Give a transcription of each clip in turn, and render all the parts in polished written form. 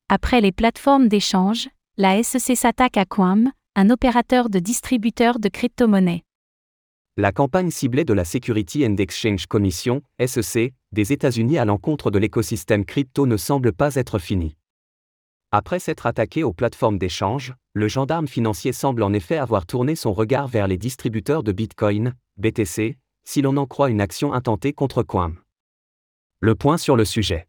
Après les plateformes d'échange, la SEC s'attaque à Quam, un opérateur de distributeur de crypto-monnaies. La campagne ciblée de la Security and Exchange Commission, SEC, des États-Unis à l'encontre de l'écosystème crypto ne semble pas être finie. Après s'être attaqué aux plateformes d'échange, le gendarme financier semble en effet avoir tourné son regard vers les distributeurs de Bitcoin, BTC, si l'on en croit une action intentée contre Quam. Le point sur le sujet.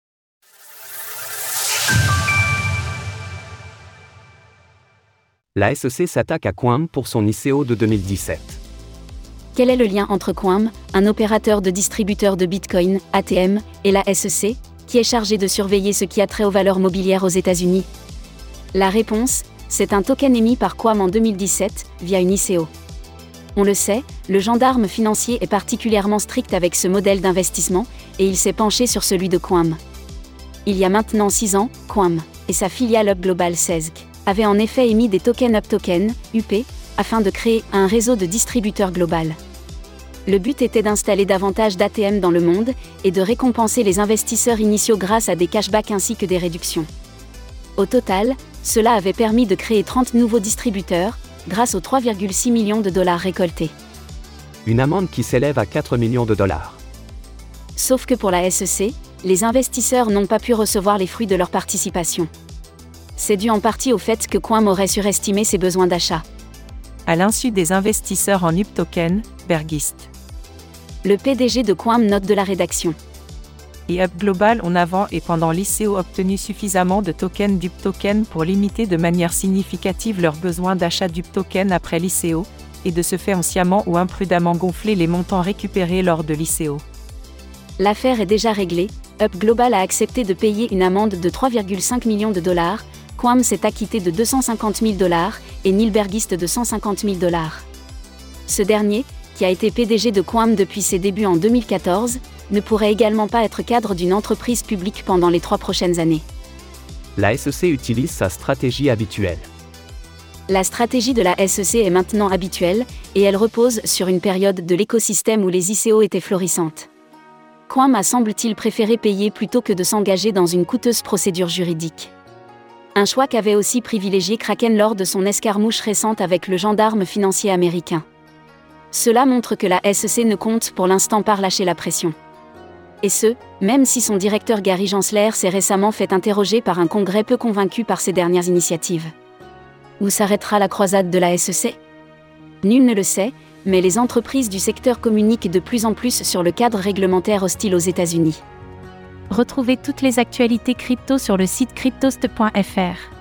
La SEC s'attaque à Quam pour son ICO de 2017. Quel est le lien entre Quam, un opérateur de distributeur de Bitcoin, ATM, et la SEC, qui est chargée de surveiller ce qui a trait aux valeurs mobilières aux États-Unis? La réponse, c'est un token émis par Quam en 2017, via une ICO. On le sait, le gendarme financier est particulièrement strict avec ce modèle d'investissement, et il s'est penché sur celui de Quam. Il y a maintenant 6 ans, Quam, et sa filiale Up Global CESC, avaient en effet émis des tokens Up Token, UP, afin de créer un réseau de distributeurs global. Le but était d'installer davantage d'ATM dans le monde, et de récompenser les investisseurs initiaux grâce à des cashbacks ainsi que des réductions. Au total, cela avait permis de créer 30 nouveaux distributeurs, grâce aux 3,6 millions de dollars récoltés. Une amende qui s'élève à 4 millions de dollars. Sauf que pour la SEC, les investisseurs n'ont pas pu recevoir les fruits de leur participation. C'est dû en partie au fait que Quam aurait surestimé ses besoins d'achat. À l'insu des investisseurs en UP Token, Bergist. Le PDG de Quam note de la rédaction. Et Up Global ont avant et pendant l'ICO obtenu suffisamment de tokens d'UP Token pour limiter de manière significative leurs besoins d'achat d'UP Token après l'ICO, et de ce fait ont sciemment ou imprudemment gonflé les montants récupérés lors de l'ICO. L'affaire est déjà réglée, Up Global a accepté de payer une amende de 3,5 millions de dollars, Quam s'est acquitté de 250 000 dollars, et Neil Bergist de 150 000 dollars. Ce dernier, qui a été PDG de Quam depuis ses débuts en 2014, ne pourrait également pas être cadre d'une entreprise publique pendant les 3 prochaines années. La SEC utilise sa stratégie habituelle. La stratégie de la SEC est maintenant habituelle, et elle repose sur une période de l'écosystème où les ICO étaient florissantes. Quam a semble-t-il préféré payer plutôt que de s'engager dans une coûteuse procédure juridique. Un choix qu'avait aussi privilégié Kraken lors de son escarmouche récente avec le gendarme financier américain. Cela montre que la SEC ne compte pour l'instant pas relâcher la pression. Et ce, même si son directeur Gary Gensler s'est récemment fait interroger par un congrès peu convaincu par ses dernières initiatives. Où s'arrêtera la croisade de la SEC? Nul ne le sait, mais les entreprises du secteur communiquent de plus en plus sur le cadre réglementaire hostile aux États-Unis. Retrouvez toutes les actualités crypto sur le site cryptost.fr.